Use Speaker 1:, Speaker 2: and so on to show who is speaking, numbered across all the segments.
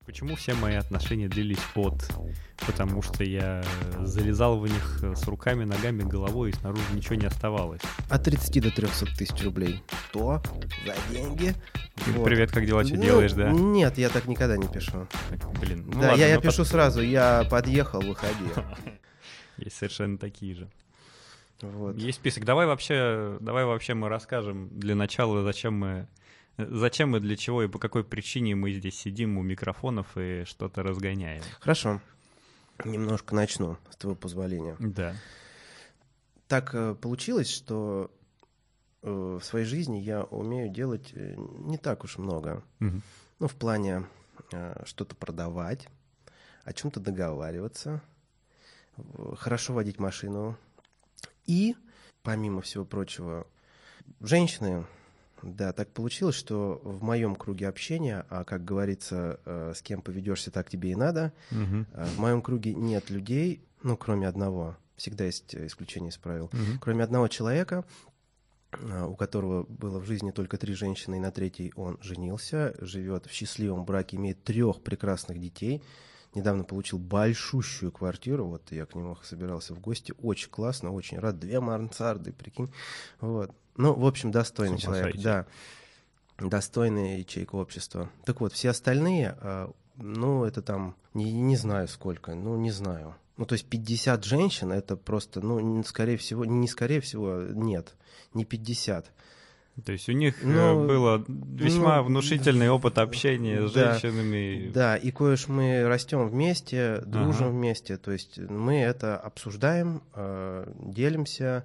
Speaker 1: Почему все мои отношения длились потому что я залезал в них с руками, ногами, головой, и снаружи ничего не оставалось.
Speaker 2: От 30 до 300 тысяч рублей. Что? За деньги? Вот.
Speaker 1: Привет, как дела, что делаешь, да?
Speaker 2: Нет, я так никогда не пишу.
Speaker 1: Блин, ну
Speaker 2: да,
Speaker 1: ладно,
Speaker 2: я пишу сразу, я подъехал, выходи.
Speaker 1: Есть совершенно такие же.
Speaker 2: Вот.
Speaker 1: Есть список. Давай вообще мы расскажем для начала, зачем мы, для чего и по какой причине мы здесь сидим у микрофонов и что-то разгоняем.
Speaker 2: Хорошо. Немножко начну, с твоего позволения.
Speaker 1: Да.
Speaker 2: Так получилось, что в своей жизни я умею делать не так уж много.
Speaker 1: Угу.
Speaker 2: Ну, в плане что-то продавать, о чем-то договариваться, хорошо водить машину. И, помимо всего прочего, женщины, да, так получилось, что в моем круге общения, а, как говорится, с кем поведешься, так тебе и надо, в моем круге нет людей, ну, кроме одного, всегда есть исключение из правил, кроме одного человека, у которого было в жизни только 3 женщины, и на 3-й он женился, живет в счастливом браке, имеет 3 прекрасных детей. Недавно получил большущую квартиру, вот я к нему собирался в гости, очень классно, очень рад, 2 мансарды, прикинь, вот. Ну, в общем, достойный человек, да, достойная ячейка общества. Так вот, все остальные, ну, это там, не знаю сколько, ну, не знаю. Ну, то есть 50 женщин, это просто, ну, скорее всего, нет, не 50.
Speaker 1: То есть у них было весьма внушительный опыт общения с женщинами.
Speaker 2: Да, и кое-ж мы растем вместе, дружим вместе, то есть мы это обсуждаем, делимся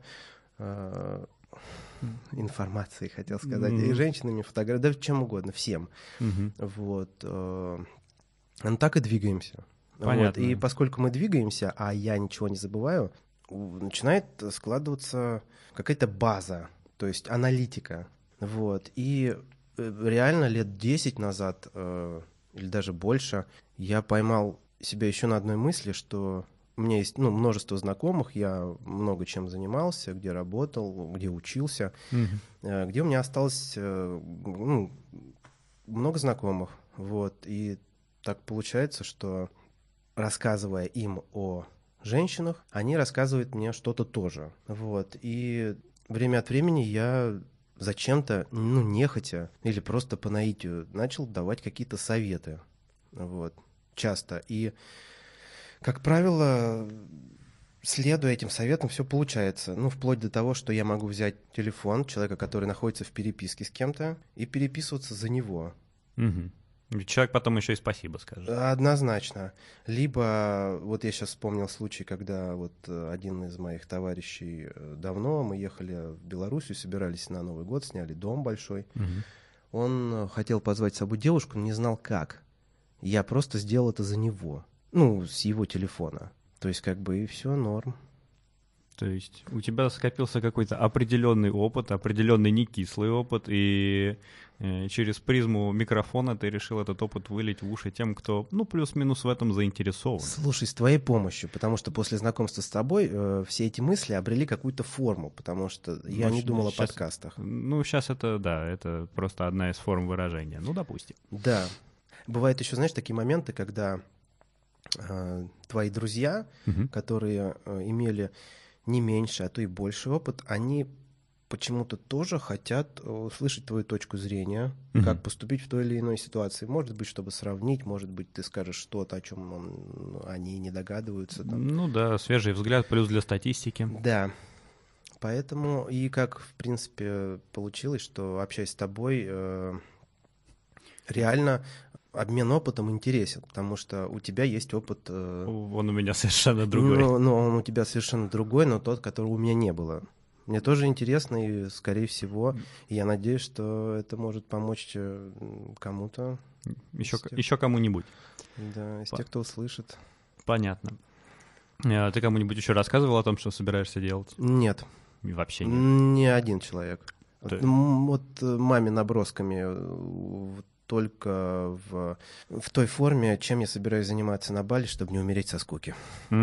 Speaker 2: информацией, хотел сказать, и женщинами, фотографиями, да чем угодно, всем. Вот. Ну, так и двигаемся.
Speaker 1: Понятно.
Speaker 2: Вот. И поскольку мы двигаемся, а я ничего не забываю, начинает складываться какая-то база, то есть аналитика. Вот. И реально лет 10 назад, или даже больше, я поймал себя еще на одной мысли, что у меня есть множество знакомых, я много чем занимался, где работал, где учился, где у меня осталось много знакомых. Вот. И так получается, что рассказывая им о женщинах, они рассказывают мне что-то тоже. Вот. И время от времени я зачем-то, нехотя или просто по наитию начал давать какие-то советы. Вот. Часто. И, как правило, следуя этим советам, все получается. Ну, вплоть до того, что я могу взять телефон человека, который находится в переписке с кем-то, и переписываться за него.
Speaker 1: Человек потом еще и спасибо скажет.
Speaker 2: Однозначно. Либо, вот я сейчас вспомнил случай, когда вот один из моих товарищей давно, мы ехали в Белоруссию, собирались на Новый год, сняли дом большой. Он хотел позвать с собой девушку, но не знал как. Я просто сделал это за него. Ну, с его телефона. То есть, как бы, и все, норм.
Speaker 1: То есть у тебя скопился какой-то определенный опыт, определенный некислый опыт, и через призму микрофона ты решил этот опыт вылить в уши тем, кто, плюс-минус в этом заинтересован.
Speaker 2: Слушай, с твоей помощью, потому что после знакомства с тобой все эти мысли обрели какую-то форму, потому что я не думал о подкастах.
Speaker 1: Сейчас это просто одна из форм выражения. Ну, допустим.
Speaker 2: Да. Бывает еще, знаешь, такие моменты, когда твои друзья, которые имели не меньше, а то и больший опыт, они почему-то тоже хотят услышать твою точку зрения, как поступить в той или иной ситуации. Может быть, чтобы сравнить, может быть, ты скажешь что-то, о чем они не догадываются. Там.
Speaker 1: Ну да, свежий взгляд, плюс для статистики.
Speaker 2: Да. Поэтому, и как, в принципе, получилось, что, общаясь с тобой, реально обмен опытом интересен, потому что у тебя есть опыт...
Speaker 1: Он у меня совершенно другой.
Speaker 2: Но он у тебя совершенно другой, но тот, которого у меня не было. Мне тоже интересно, и, скорее всего, я надеюсь, что это может помочь кому-то.
Speaker 1: Еще кому-нибудь.
Speaker 2: Да, из тех, кто услышит.
Speaker 1: Понятно. Ты кому-нибудь еще рассказывал о том, что собираешься делать?
Speaker 2: Нет.
Speaker 1: Вообще нет?
Speaker 2: Ни один человек. Вот маме набросками... только в той форме, чем я собираюсь заниматься на Бали, чтобы не умереть со скуки.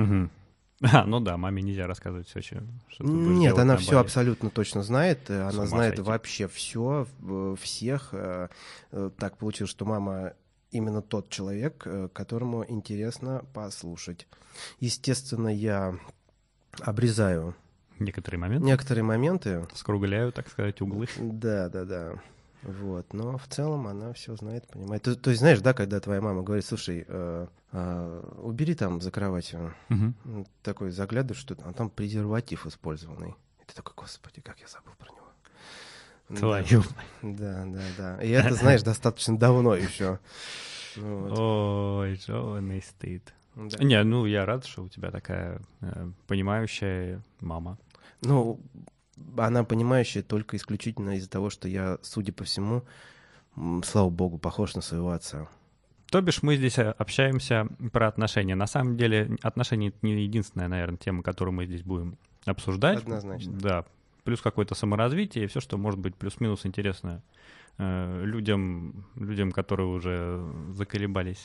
Speaker 1: Ну да, маме нельзя рассказывать все, что ты будешь
Speaker 2: Нет,
Speaker 1: делать
Speaker 2: она
Speaker 1: на
Speaker 2: все
Speaker 1: Бали.
Speaker 2: абсолютно точно знает. Она знает
Speaker 1: сойти.
Speaker 2: вообще все, всех. Так получилось, что мама именно тот человек, которому интересно послушать. Естественно, я обрезаю
Speaker 1: Некоторые моменты.
Speaker 2: некоторые моменты.
Speaker 1: Скругляю, так сказать, углы.
Speaker 2: Да. Вот, но в целом она все знает, понимает. То есть, знаешь, да, когда твоя мама говорит, слушай, убери там за кроватью, такой заглядываешь, что там презерватив использованный. И ты такой, господи, как я забыл про него.
Speaker 1: Твою.
Speaker 2: Да. И это, знаешь, достаточно давно еще. Вот.
Speaker 1: Ой, жёванный стыд.
Speaker 2: Да.
Speaker 1: Не, ну я рад, что у тебя такая понимающая мама.
Speaker 2: Ну, она понимающая только исключительно из-за того, что я, судя по всему, слава богу, похож на своего отца.
Speaker 1: То бишь мы здесь общаемся про отношения. На самом деле отношения — это не единственная, наверное, тема, которую мы здесь будем обсуждать.
Speaker 2: Однозначно.
Speaker 1: Да, плюс какое-то саморазвитие и все, что может быть плюс-минус интересно людям, которые уже заколебались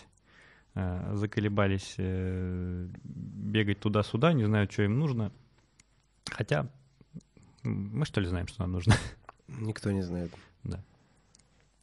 Speaker 1: бегать туда-сюда, не знаю, что им нужно. Хотя мы что ли знаем, что нам нужно?
Speaker 2: Никто не знает.
Speaker 1: Да.